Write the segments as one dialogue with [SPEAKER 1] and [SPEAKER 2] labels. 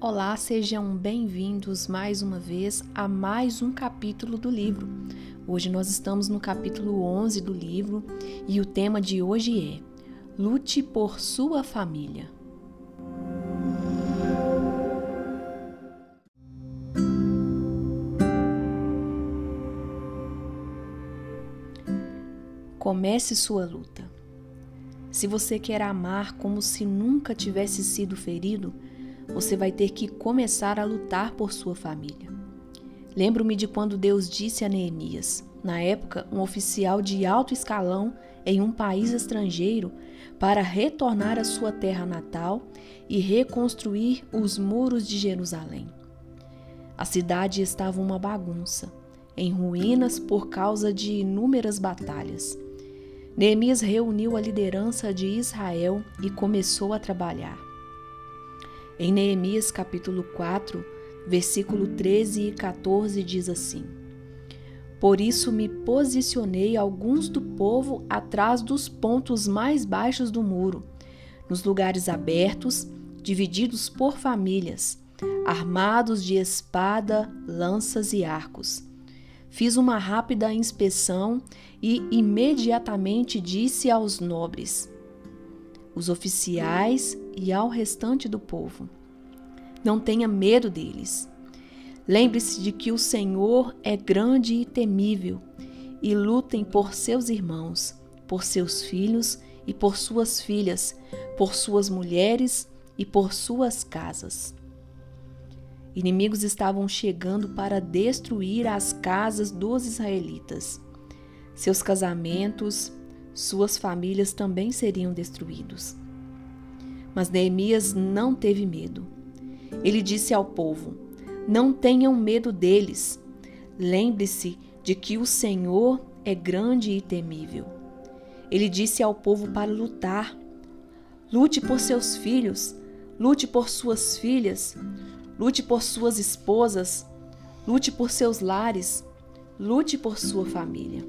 [SPEAKER 1] Olá, sejam bem-vindos mais uma vez a mais um capítulo do livro. Hoje nós estamos no capítulo 11 do livro e o tema de hoje é Lute por sua família. Comece sua luta. Se você quer amar como se nunca tivesse sido ferido, você vai ter que começar a lutar por sua família. Lembro-me de quando Deus disse a Neemias, na época um oficial de alto escalão em um país estrangeiro, para retornar à sua terra natal e reconstruir os muros de Jerusalém. A cidade estava uma bagunça, em ruínas por causa de inúmeras batalhas. Neemias reuniu a liderança de Israel e começou a trabalhar. Em Neemias capítulo 4, versículo 13 e 14 diz assim: Por isso me posicionei alguns do povo atrás dos pontos mais baixos do muro, nos lugares abertos, divididos por famílias, armados de espada, lanças e arcos. Fiz uma rápida inspeção e imediatamente disse aos nobres, os oficiais e ao restante do povo: Não tenha medo deles. Lembre-se de que o Senhor é grande e temível, e lutem por seus irmãos, por seus filhos e por suas filhas, por suas mulheres e por suas casas. Inimigos estavam chegando para destruir as casas dos israelitas. Seus casamentos, suas famílias também seriam destruídos. Mas Neemias não teve medo. Ele disse ao povo: Não tenham medo deles. Lembre-se de que o Senhor é grande e temível. Ele disse ao povo para lutar. Lute por seus filhos, lute por suas filhas, lute por suas esposas, lute por seus lares, lute por sua família.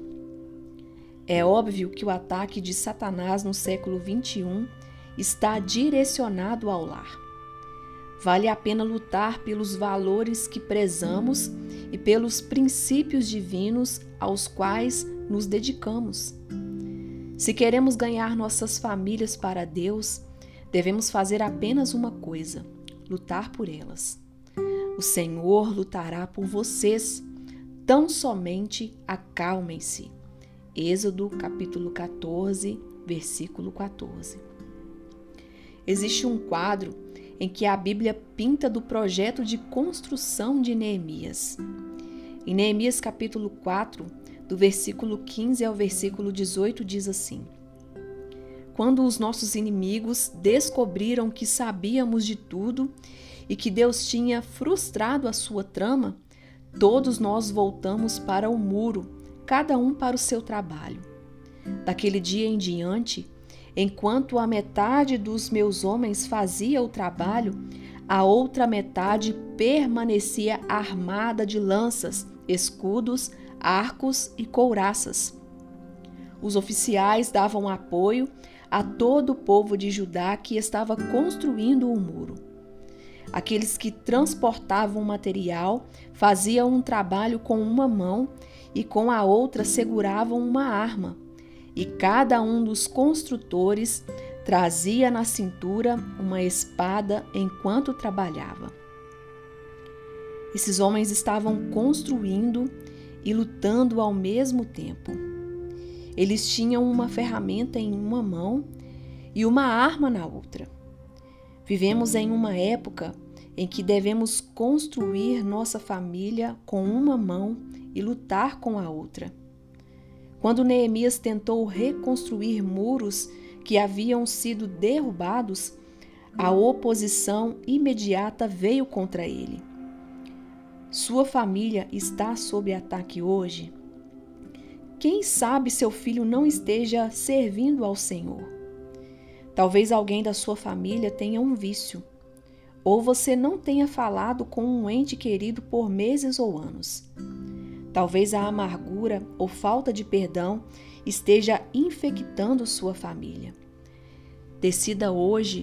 [SPEAKER 1] É óbvio que o ataque de Satanás no século XXI está direcionado ao lar. Vale a pena lutar pelos valores que prezamos e pelos princípios divinos aos quais nos dedicamos. Se queremos ganhar nossas famílias para Deus, devemos fazer apenas uma coisa: lutar por elas. O Senhor lutará por vocês. Tão somente acalmem-se. Êxodo capítulo 14, versículo 14. Existe um quadro em que a Bíblia pinta do projeto de construção de Neemias. Em Neemias capítulo 4, do versículo 15 ao versículo 18, diz assim: Quando os nossos inimigos descobriram que sabíamos de tudo e que Deus tinha frustrado a sua trama, todos nós voltamos para o muro, cada um para o seu trabalho. Daquele dia em diante, enquanto a metade dos meus homens fazia o trabalho, a outra metade permanecia armada de lanças, escudos, arcos e couraças. Os oficiais davam apoio a todo o povo de Judá que estava construindo o muro. Aqueles que transportavam o material faziam um trabalho com uma mão e com a outra seguravam uma arma, e cada um dos construtores trazia na cintura uma espada enquanto trabalhava. Esses homens estavam construindo e lutando ao mesmo tempo. Eles tinham uma ferramenta em uma mão e uma arma na outra. Vivemos em uma época em que devemos construir nossa família com uma mão e lutar com a outra. Quando Neemias tentou reconstruir muros que haviam sido derrubados, a oposição imediata veio contra ele. Sua família está sob ataque hoje? Quem sabe seu filho não esteja servindo ao Senhor? Talvez alguém da sua família tenha um vício, ou você não tenha falado com um ente querido por meses ou anos. Talvez a amargura ou falta de perdão esteja infectando sua família. Decida hoje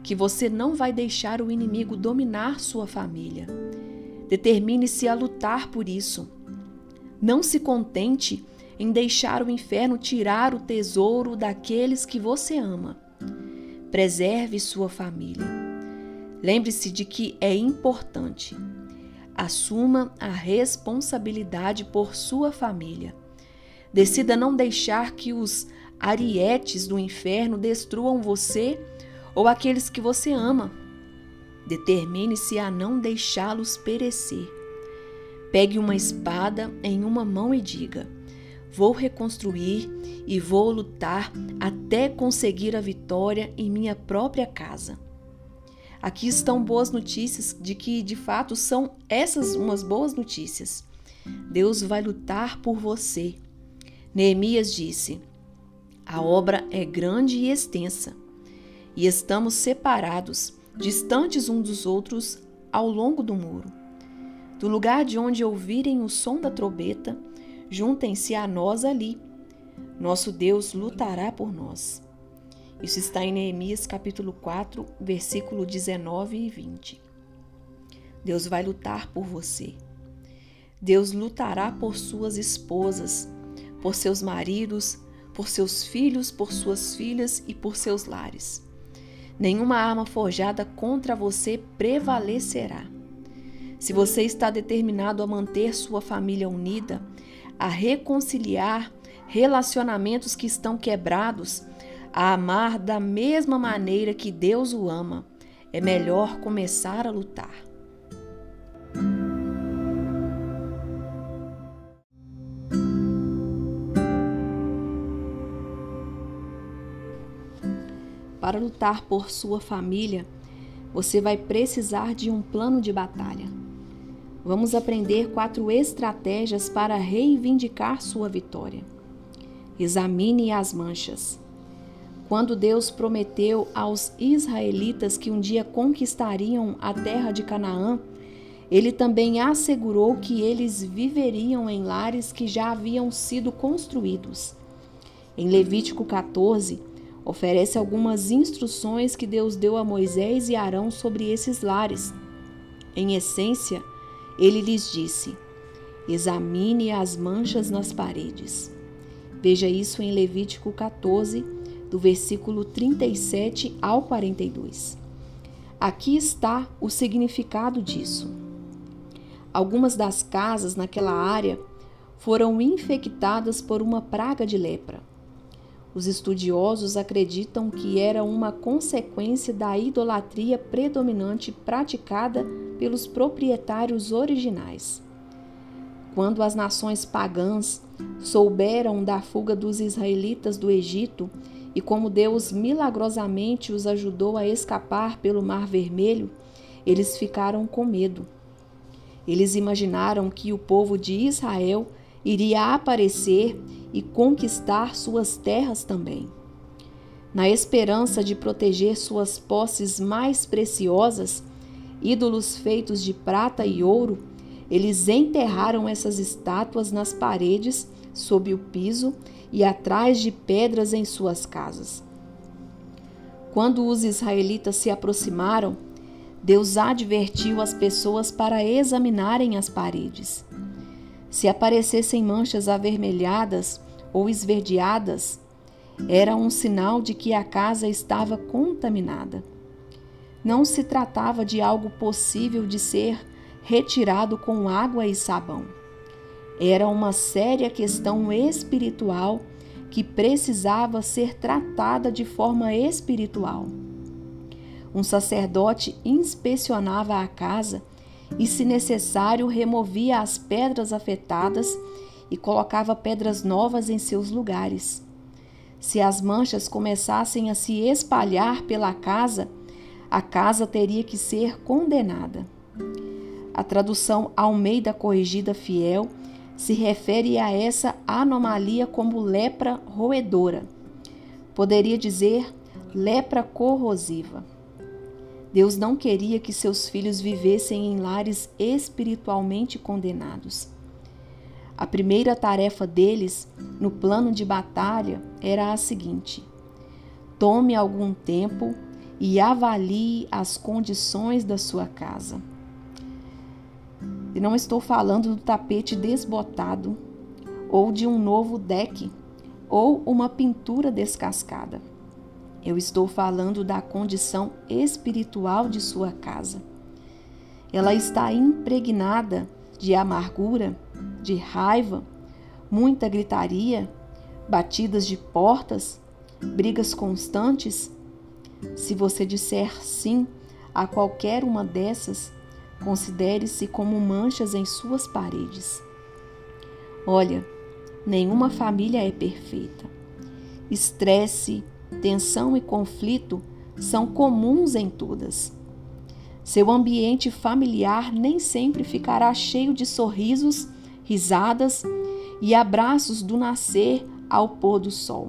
[SPEAKER 1] que você não vai deixar o inimigo dominar sua família. Determine-se a lutar por isso. Não se contente em deixar o inferno tirar o tesouro daqueles que você ama. Preserve sua família. Lembre-se de que é importante. Assuma a responsabilidade por sua família. Decida não deixar que os arietes do inferno destruam você ou aqueles que você ama. Determine-se a não deixá-los perecer. Pegue uma espada em uma mão e diga: vou reconstruir e vou lutar até conseguir a vitória em minha própria casa. Aqui estão boas notícias de que, de fato, são essas umas boas notícias. Deus vai lutar por você. Neemias disse: a obra é grande e extensa, e estamos separados, distantes uns dos outros ao longo do muro. Do lugar de onde ouvirem o som da trombeta, juntem-se a nós ali. Nosso Deus lutará por nós. Isso está em Neemias capítulo 4, versículo 19 e 20. Deus vai lutar por você. Deus lutará por suas esposas, por seus maridos, por seus filhos, por suas filhas e por seus lares. Nenhuma arma forjada contra você prevalecerá. Se você está determinado a manter sua família unida, a reconciliar relacionamentos que estão quebrados, a amar da mesma maneira que Deus o ama, é melhor começar a lutar. Para lutar por sua família, você vai precisar de um plano de batalha. Vamos aprender 4 estratégias para reivindicar sua vitória. Examine as manchas. Quando Deus prometeu aos israelitas que um dia conquistariam a terra de Canaã, Ele também assegurou que eles viveriam em lares que já haviam sido construídos. Em Levítico 14, oferece algumas instruções que Deus deu a Moisés e Arão sobre esses lares. Em essência, Ele lhes disse: examine as manchas nas paredes. Veja isso em Levítico 14, do versículo 37 ao 42. Aqui está o significado disso. Algumas das casas naquela área foram infectadas por uma praga de lepra. Os estudiosos acreditam que era uma consequência da idolatria predominante praticada pelos proprietários originais. Quando as nações pagãs souberam da fuga dos israelitas do Egito e como Deus milagrosamente os ajudou a escapar pelo Mar Vermelho, eles ficaram com medo. Eles imaginaram que o povo de Israel iria aparecer e conquistar suas terras também. Na esperança de proteger suas posses mais preciosas, ídolos feitos de prata e ouro, eles enterraram essas estátuas nas paredes, sob o piso e atrás de pedras em suas casas. Quando os israelitas se aproximaram, Deus advertiu as pessoas para examinarem as paredes. Se aparecessem manchas avermelhadas ou esverdeadas, era um sinal de que a casa estava contaminada. Não se tratava de algo possível de ser retirado com água e sabão. Era uma séria questão espiritual que precisava ser tratada de forma espiritual. Um sacerdote inspecionava a casa e, se necessário, removia as pedras afetadas e colocava pedras novas em seus lugares. Se as manchas começassem a se espalhar pela casa, a casa teria que ser condenada. A tradução Almeida Corrigida Fiel se refere a essa anomalia como lepra roedora. Poderia dizer lepra corrosiva. Deus não queria que seus filhos vivessem em lares espiritualmente condenados. A primeira tarefa deles, no plano de batalha, era a seguinte: tome algum tempo e avalie as condições da sua casa. E não estou falando do tapete desbotado, ou de um novo deck, ou uma pintura descascada. Eu estou falando da condição espiritual de sua casa. Ela está impregnada de amargura, de raiva, muita gritaria, batidas de portas, brigas constantes? Se você disser sim a qualquer uma dessas, considere-se como manchas em suas paredes. Olha, nenhuma família é perfeita. Estresse, tensão e conflito são comuns em todas. Seu ambiente familiar nem sempre ficará cheio de sorrisos, risadas e abraços do nascer ao pôr do sol.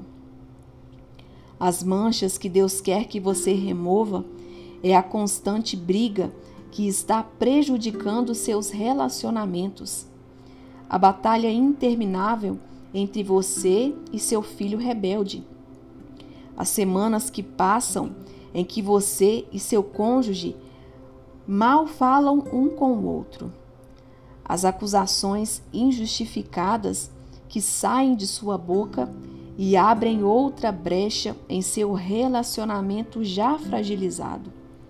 [SPEAKER 1] As manchas que Deus quer que você remova é a constante briga que está prejudicando seus relacionamentos. A batalha interminável entre você e seu filho rebelde. As semanas que passam em que você e seu cônjuge mal falam um com o outro. As acusações injustificadas que saem de sua boca e abrem outra brecha em seu relacionamento já fragilizado.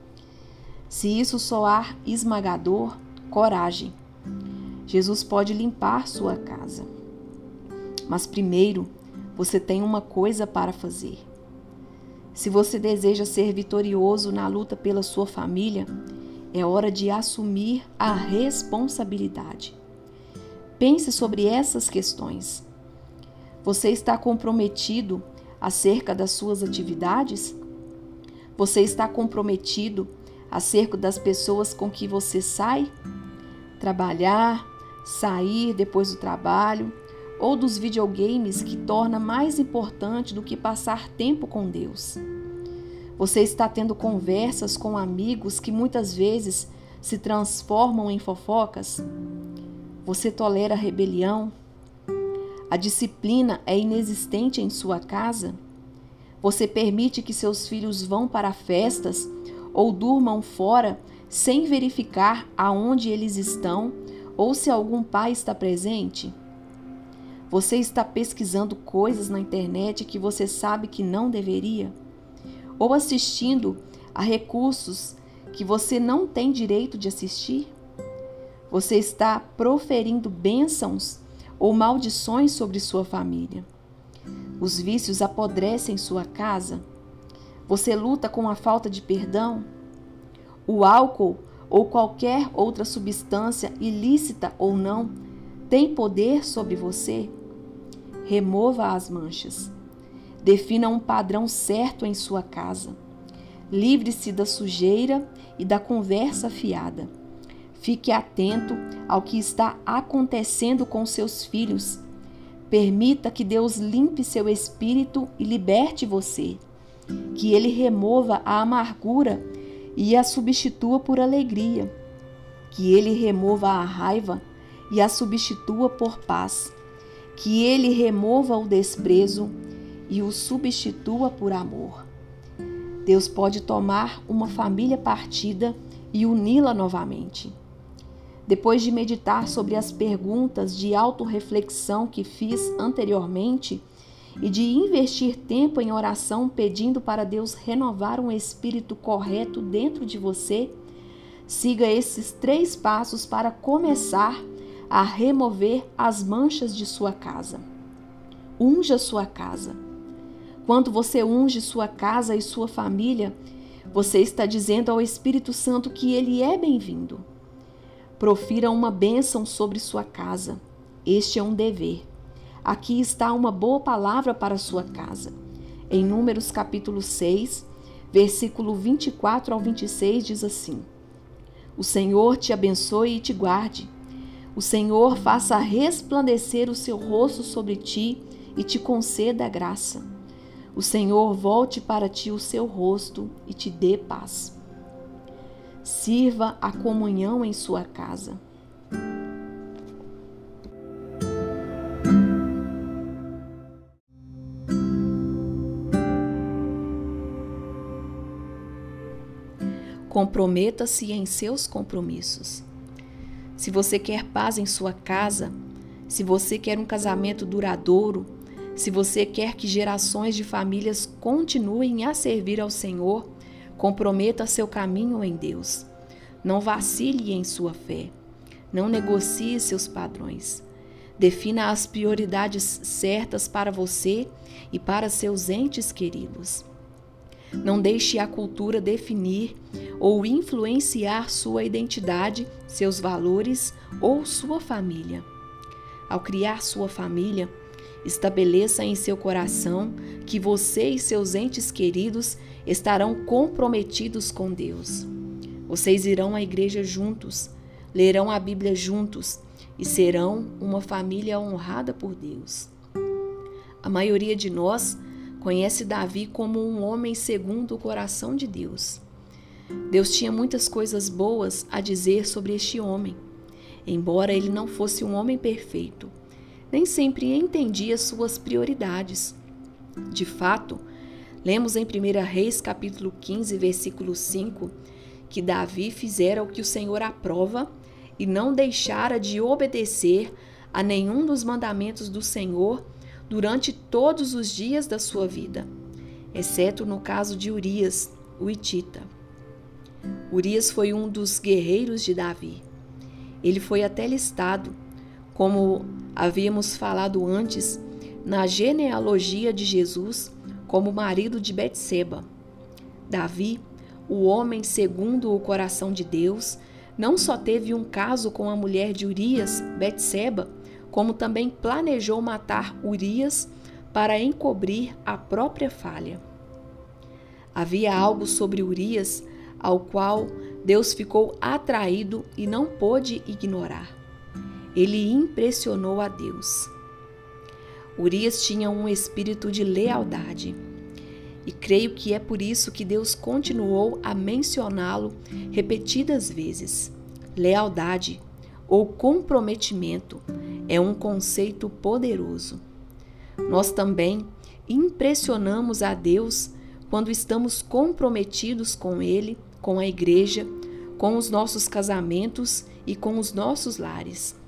[SPEAKER 1] Se isso soar esmagador, coragem. Jesus pode limpar sua casa. Mas primeiro, você tem uma coisa para fazer. Se você deseja ser vitorioso na luta pela sua família, é hora de assumir a responsabilidade. Pense sobre essas questões. Você está comprometido acerca das suas atividades? Você está comprometido acerca das pessoas com que você sai? Trabalhar, sair depois do trabalho ou dos videogames que torna mais importante do que passar tempo com Deus? Você está tendo conversas com amigos que muitas vezes se transformam em fofocas? Você tolera a rebelião? A disciplina é inexistente em sua casa? Você permite que seus filhos vão para festas ou durmam fora sem verificar aonde eles estão ou se algum pai está presente? Você está pesquisando coisas na internet que você sabe que não deveria? Ou assistindo a recursos que você não tem direito de assistir? Você está proferindo bênçãos ou maldições sobre sua família? Os vícios apodrecem sua casa? Você luta com a falta de perdão? O álcool ou qualquer outra substância, ilícita ou não, tem poder sobre você? Remova as manchas. Defina um padrão certo em sua casa. Livre-se da sujeira e da conversa fiada. Fique atento ao que está acontecendo com seus filhos. Permita que Deus limpe seu espírito e liberte você. Que Ele remova a amargura e a substitua por alegria. Que Ele remova a raiva e a substitua por paz. Que Ele remova o desprezo e o substitua por amor. Deus pode tomar uma família partida e uni-la novamente. Depois de meditar sobre as perguntas de autorreflexão que fiz anteriormente e de investir tempo em oração pedindo para Deus renovar um espírito correto dentro de você, siga esses 3 passos para começar a remover as manchas de sua casa. Unja sua casa. Quando você unge sua casa e sua família, você está dizendo ao Espírito Santo que ele é bem-vindo. Profira uma bênção sobre sua casa. Este é um dever. Aqui está uma boa palavra para sua casa. Em Números capítulo 6, versículo 24 ao 26 diz assim: O Senhor te abençoe e te guarde. O Senhor faça resplandecer o seu rosto sobre ti e te conceda graça. O Senhor volte para ti o seu rosto e te dê paz. Sirva a comunhão em sua casa. Comprometa-se em seus compromissos. Se você quer paz em sua casa, se você quer um casamento duradouro, se você quer que gerações de famílias continuem a servir ao Senhor, comprometa seu caminho em Deus. Não vacile em sua fé. Não negocie seus padrões. Defina as prioridades certas para você e para seus entes queridos. Não deixe a cultura definir ou influenciar sua identidade, seus valores ou sua família. Ao criar sua família, estabeleça em seu coração que você e seus entes queridos estarão comprometidos com Deus. Vocês irão à igreja juntos, lerão a Bíblia juntos e serão uma família honrada por Deus. A maioria de nós conhece Davi como um homem segundo o coração de Deus. Deus tinha muitas coisas boas a dizer sobre este homem. Embora ele não fosse um homem perfeito, nem sempre entendia suas prioridades. De fato, lemos em 1 Reis capítulo 15, versículo 5, que Davi fizera o que o Senhor aprova e não deixara de obedecer a nenhum dos mandamentos do Senhor durante todos os dias da sua vida, exceto no caso de Urias, o hitita. Urias foi um dos guerreiros de Davi. Ele foi até listado, como havíamos falado antes, na genealogia de Jesus, como marido de Betseba. Davi, o homem segundo o coração de Deus, não só teve um caso com a mulher de Urias, Betseba, como também planejou matar Urias para encobrir a própria falha. Havia algo sobre Urias ao qual Deus ficou atraído e não pôde ignorar. Ele impressionou a Deus. Urias tinha um espírito de lealdade. E creio que é por isso que Deus continuou a mencioná-lo repetidas vezes. Lealdade ou comprometimento é um conceito poderoso. Nós também impressionamos a Deus quando estamos comprometidos com Ele, com a igreja, com os nossos casamentos e com os nossos lares.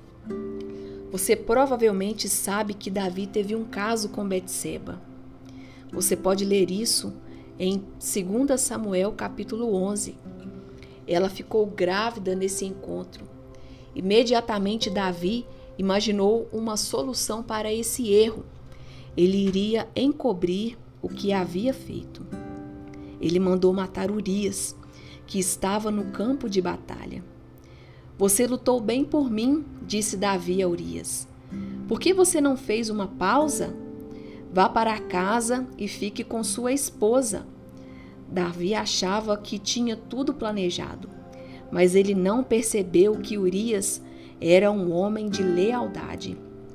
[SPEAKER 1] Você provavelmente sabe que Davi teve um caso com Betseba. Você pode ler isso em 2 Samuel capítulo 11. Ela ficou grávida nesse encontro. Imediatamente Davi imaginou uma solução para esse erro. Ele iria encobrir o que havia feito. Ele mandou matar Urias, que estava no campo de batalha. Você lutou bem por mim, disse Davi a Urias. Por que você não fez uma pausa? Vá para casa e fique com sua esposa. Davi achava que tinha tudo planejado, mas ele não percebeu que Urias era um homem de lealdade.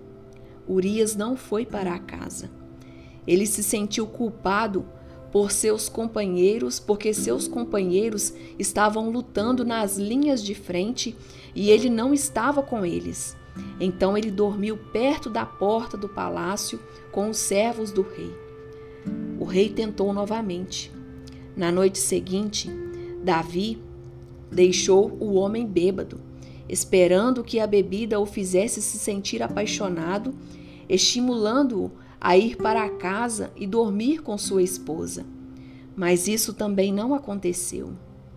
[SPEAKER 1] Urias não foi para a casa. Ele se sentiu culpado por seus companheiros, porque seus companheiros estavam lutando nas linhas de frente e ele não estava com eles. Então ele dormiu perto da porta do palácio com os servos do rei. O rei tentou novamente. Na noite seguinte, Davi deixou o homem bêbado, esperando que a bebida o fizesse se sentir apaixonado, estimulando-o a ir para casa e dormir com sua esposa. Mas isso também não aconteceu.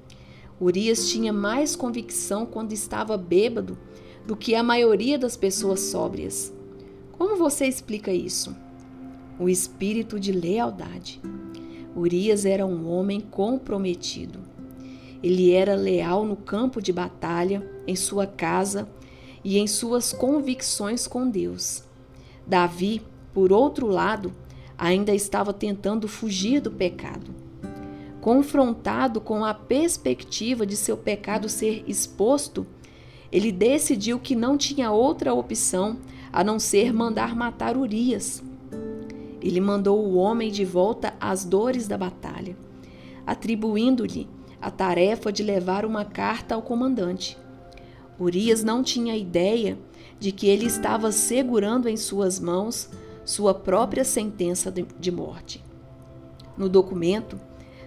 [SPEAKER 1] Urias tinha mais convicção quando estava bêbado do que a maioria das pessoas sóbrias. Como você explica isso? O espírito de lealdade. Urias era um homem comprometido. Ele era leal no campo de batalha, em sua casa e em suas convicções com Deus. Davi, por outro lado, ainda estava tentando fugir do pecado. Confrontado com a perspectiva de seu pecado ser exposto, ele decidiu que não tinha outra opção a não ser mandar matar Urias. Ele mandou o homem de volta às dores da batalha, atribuindo-lhe a tarefa de levar uma carta ao comandante. Urias não tinha ideia de que ele estava segurando em suas mãos sua própria sentença de morte. No documento,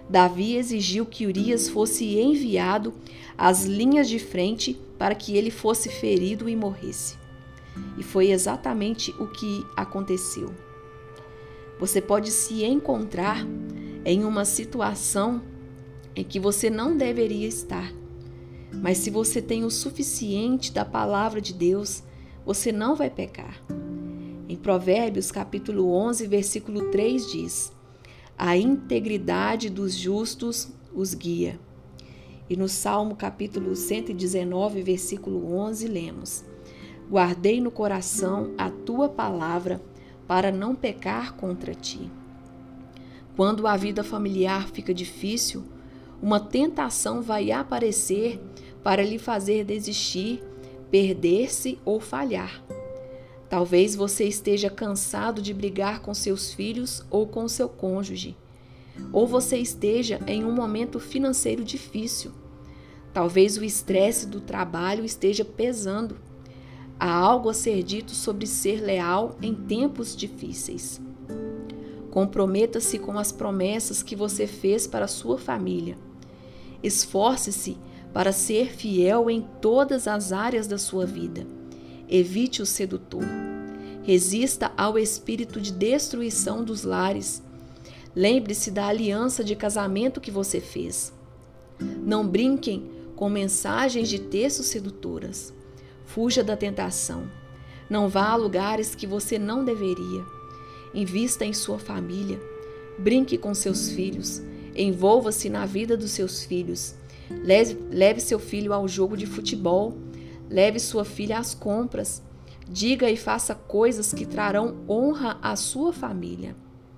[SPEAKER 1] Davi exigiu que Urias fosse enviado às linhas de frente para que ele fosse ferido e morresse. E foi exatamente o que aconteceu. Você pode se encontrar em uma situação em que você não deveria estar. Mas se você tem o suficiente da palavra de Deus, você não vai pecar. Em Provérbios capítulo 11, versículo 3 diz: a integridade dos justos os guia. E no Salmo capítulo 119, versículo 11, lemos: guardei no coração a tua palavra para não pecar contra ti. Quando a vida familiar fica difícil, uma tentação vai aparecer para lhe fazer desistir, perder-se ou falhar. Talvez você esteja cansado de brigar com seus filhos ou com seu cônjuge. Ou você esteja em um momento financeiro difícil. Talvez o estresse do trabalho esteja pesando. Há algo a ser dito sobre ser leal em tempos difíceis. Comprometa-se com as promessas que você fez para a sua família. Esforce-se para ser fiel em todas as áreas da sua vida. Evite o sedutor. Resista ao espírito de destruição dos lares. Lembre-se da aliança de casamento que você fez. Não brinquem com mensagens de textos sedutoras. Fuja da tentação. Não vá a lugares que você não deveria. Invista em sua família. Brinque com seus filhos. Envolva-se na vida dos seus filhos. Leve seu filho ao jogo de futebol. Leve sua filha às compras. Diga e faça coisas que trarão honra à sua família.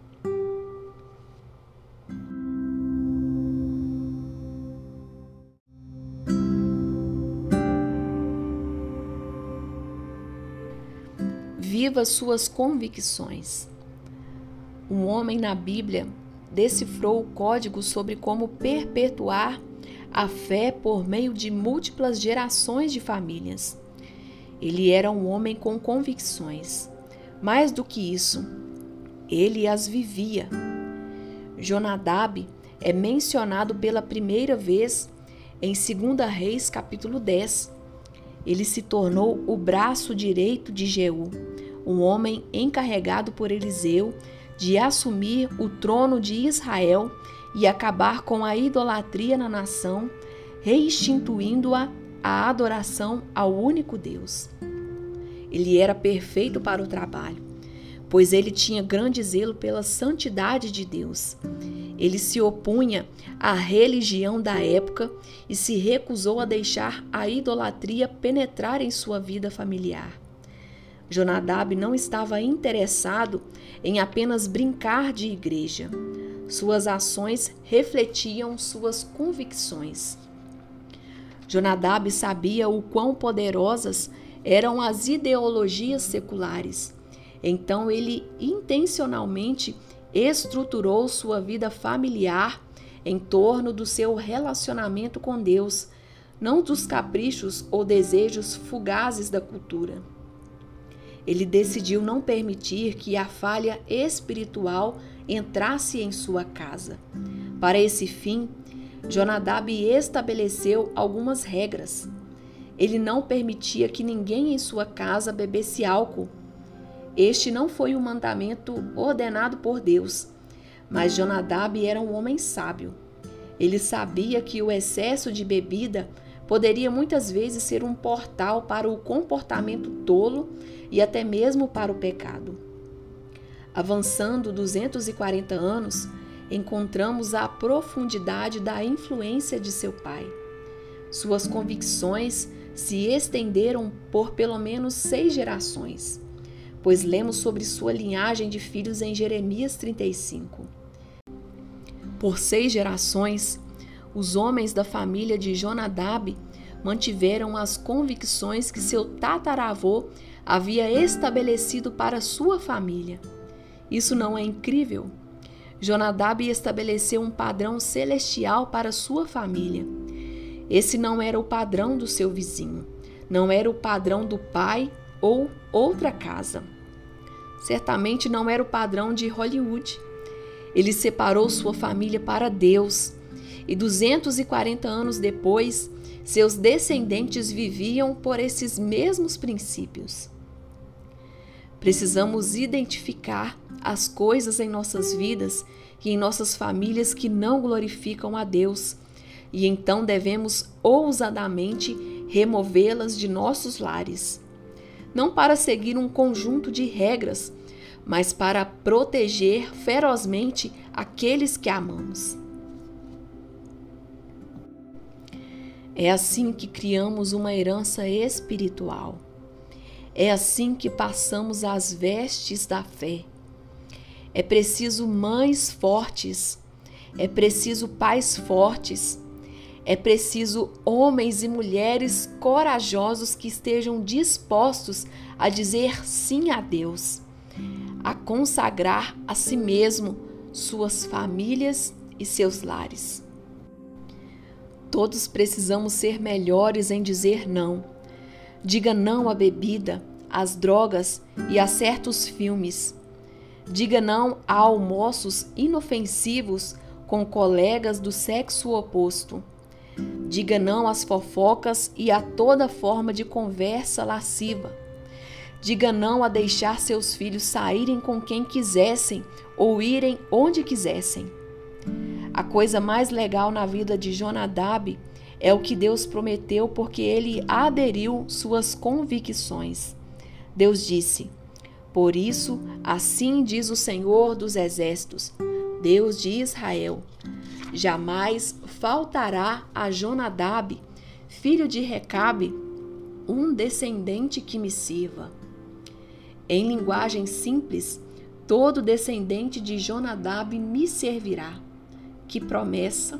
[SPEAKER 1] Viva suas convicções. Um homem na Bíblia decifrou o código sobre como perpetuar a fé por meio de múltiplas gerações de famílias. Ele era um homem com convicções. Mais do que isso, ele as vivia. Jonadab é mencionado pela primeira vez em 2 Reis, capítulo 10. Ele se tornou o braço direito de Jeú, um homem encarregado por Eliseu de assumir o trono de Israel e acabar com a idolatria na nação, reinstituindo-a a adoração ao único Deus. Ele era perfeito para o trabalho, pois ele tinha grande zelo pela santidade de Deus. Ele se opunha à religião da época e se recusou a deixar a idolatria penetrar em sua vida familiar. Jonadab não estava interessado em apenas brincar de igreja. Suas ações refletiam suas convicções. Jonadab sabia o quão poderosas eram as ideologias seculares. Então ele intencionalmente estruturou sua vida familiar em torno do seu relacionamento com Deus, não dos caprichos ou desejos fugazes da cultura. Ele decidiu não permitir que a falha espiritual entrasse em sua casa. Para esse fim, Jonadab estabeleceu algumas regras. Ele não permitia que ninguém em sua casa bebesse álcool. Este não foi um mandamento ordenado por Deus, mas Jonadab era um homem sábio. Ele sabia que o excesso de bebida poderia muitas vezes ser um portal para o comportamento tolo e até mesmo para o pecado. Avançando 240 anos, encontramos a profundidade da influência de seu pai. Suas convicções se estenderam por pelo menos 6 gerações, pois lemos sobre sua linhagem de filhos em Jeremias 35. Por 6 gerações, os homens da família de Jonadab mantiveram as convicções que seu tataravô havia estabelecido para sua família. Isso não é incrível? Jonadab estabeleceu um padrão celestial para sua família. Esse não era o padrão do seu vizinho, não era o padrão do pai ou outra casa. Certamente não era o padrão de Hollywood. Ele separou sua família para Deus e 240 anos depois, seus descendentes viviam por esses mesmos princípios. Precisamos identificar as coisas em nossas vidas e em nossas famílias que não glorificam a Deus, e então devemos ousadamente removê-las de nossos lares. Não para seguir um conjunto de regras, mas para proteger ferozmente aqueles que amamos. É assim que criamos uma herança espiritual. É assim que passamos as vestes da fé. É preciso mães fortes, é preciso pais fortes, é preciso homens e mulheres corajosos que estejam dispostos a dizer sim a Deus, a consagrar a si mesmo, suas famílias e seus lares. Todos precisamos ser melhores em dizer não. Diga não à bebida, às drogas e a certos filmes. Diga não a almoços inofensivos com colegas do sexo oposto. Diga não às fofocas e a toda forma de conversa lasciva. Diga não a deixar seus filhos saírem com quem quisessem ou irem onde quisessem. A coisa mais legal na vida de Jonadab é o que Deus prometeu, porque ele aderiu suas convicções. Deus disse: por isso, assim diz o Senhor dos Exércitos, Deus de Israel: jamais faltará a Jonadab, filho de Recabe, um descendente que me sirva. Em linguagem simples, todo descendente de Jonadab me servirá. Que promessa!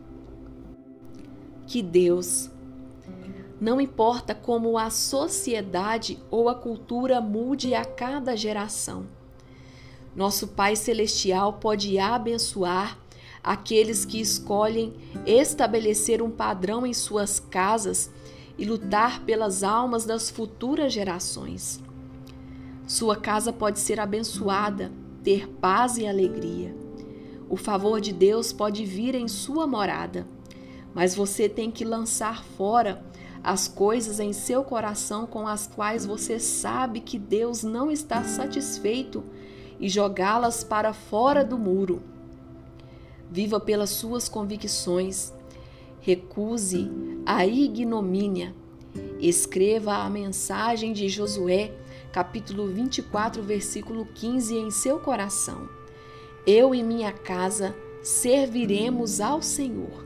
[SPEAKER 1] Que Deus! Não importa como a sociedade ou a cultura mude a cada geração, nosso Pai Celestial pode abençoar aqueles que escolhem estabelecer um padrão em suas casas e lutar pelas almas das futuras gerações. Sua casa pode ser abençoada, ter paz e alegria. O favor de Deus pode vir em sua morada, mas você tem que lançar fora as coisas em seu coração com as quais você sabe que Deus não está satisfeito e jogá-las para fora do muro. Viva pelas suas convicções. Recuse a ignomínia. Escreva a mensagem de Josué, capítulo 24, versículo 15, em seu coração. Eu e minha casa serviremos ao Senhor.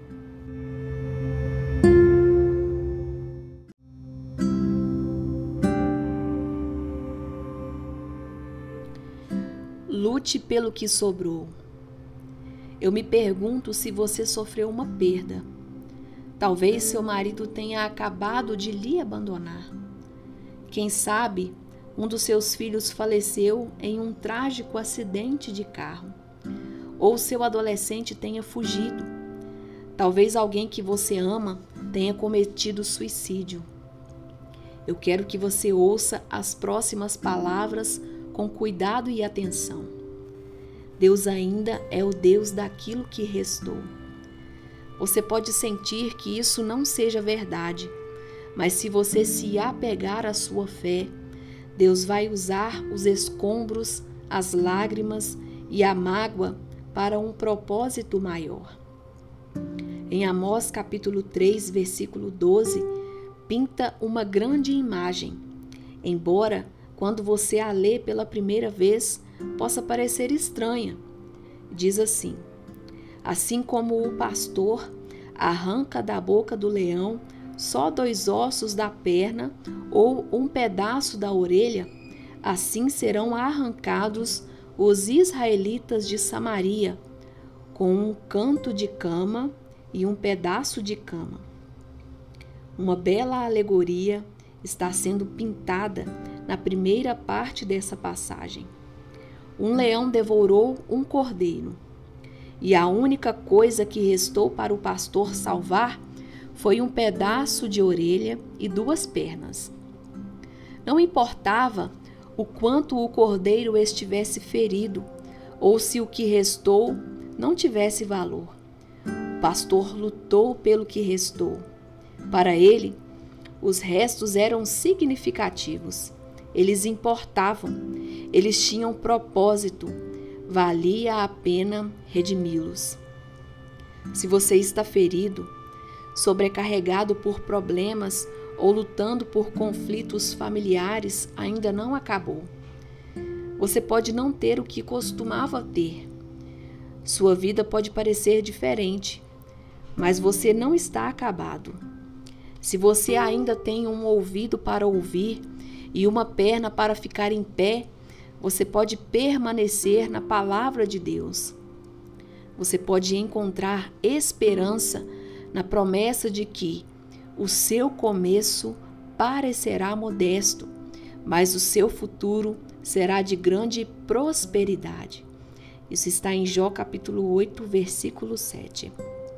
[SPEAKER 1] Lute pelo que sobrou. Eu me pergunto se você sofreu uma perda. Talvez seu marido tenha acabado de lhe abandonar. Quem sabe, um dos seus filhos faleceu em um trágico acidente de carro. Ou seu adolescente tenha fugido. Talvez alguém que você ama tenha cometido suicídio. Eu quero que você ouça as próximas palavras com cuidado e atenção. Deus ainda é o Deus daquilo que restou. Você pode sentir que isso não seja verdade, mas se você se apegar à sua fé, Deus vai usar os escombros, as lágrimas e a mágoa para um propósito maior. Em Amós capítulo 3, versículo 12, pinta uma grande imagem, embora quando você a lê pela primeira vez possa parecer estranha. Diz assim: assim como o pastor arranca da boca do leão só 2 ossos da perna ou um pedaço da orelha, assim serão arrancados os israelitas de Samaria, com um canto de cama e um pedaço de cama. Uma bela alegoria está sendo pintada na primeira parte dessa passagem. Um leão devorou um cordeiro, e a única coisa que restou para o pastor salvar foi um pedaço de orelha e 2 pernas. Não importava o quanto o cordeiro estivesse ferido ou se o que restou não tivesse valor. O pastor lutou pelo que restou. Para ele, os restos eram significativos. Eles importavam. Eles tinham propósito. Valia a pena redimi-los. Se você está ferido, sobrecarregado por problemas ou lutando por conflitos familiares, ainda não acabou. Você pode não ter o que costumava ter. Sua vida pode parecer diferente, mas você não está acabado. Se você ainda tem um ouvido para ouvir e uma perna para ficar em pé, você pode permanecer na palavra de Deus. Você pode encontrar esperança na promessa de que o seu começo parecerá modesto, mas o seu futuro será de grande prosperidade. Isso está em Jó capítulo 8, versículo 7.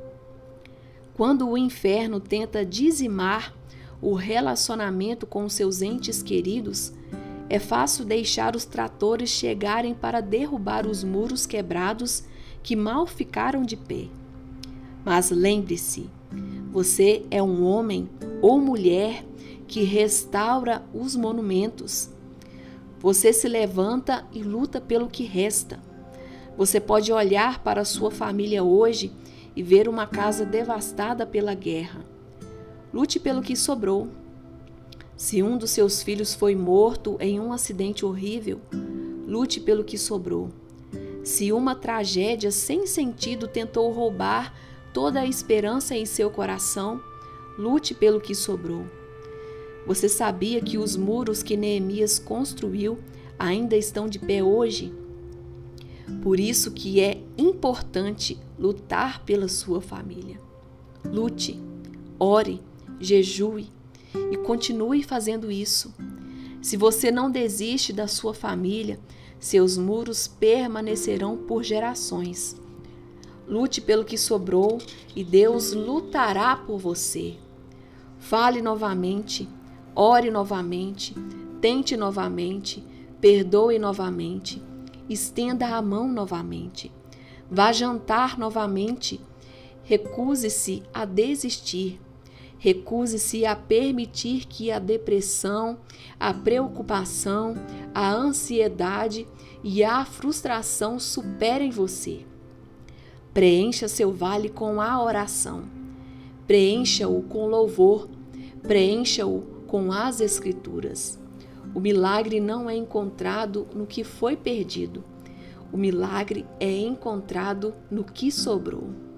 [SPEAKER 1] Quando o inferno tenta dizimar o relacionamento com seus entes queridos, é fácil deixar os tratores chegarem para derrubar os muros quebrados que mal ficaram de pé. Mas lembre-se, você é um homem ou mulher que restaura os monumentos. Você se levanta e luta pelo que resta. Você pode olhar para a sua família hoje e ver uma casa devastada pela guerra. Lute pelo que sobrou. Se um dos seus filhos foi morto em um acidente horrível, lute pelo que sobrou. Se uma tragédia sem sentido tentou roubar toda a esperança em seu coração, lute pelo que sobrou. Você sabia que os muros que Neemias construiu ainda estão de pé hoje? Por isso que é importante lutar pela sua família. Lute, ore, jejue e continue fazendo isso. Se você não desiste da sua família, seus muros permanecerão por gerações. Lute pelo que sobrou e Deus lutará por você. Fale novamente, ore novamente, tente novamente, perdoe novamente, estenda a mão novamente. Vá jantar novamente. Recuse-se a desistir. Recuse-se a permitir que a depressão, a preocupação, a ansiedade e a frustração superem você. Preencha seu vale com a oração. Preencha-o com louvor. Preencha-o com as Escrituras. O milagre não é encontrado no que foi perdido. O milagre é encontrado no que sobrou.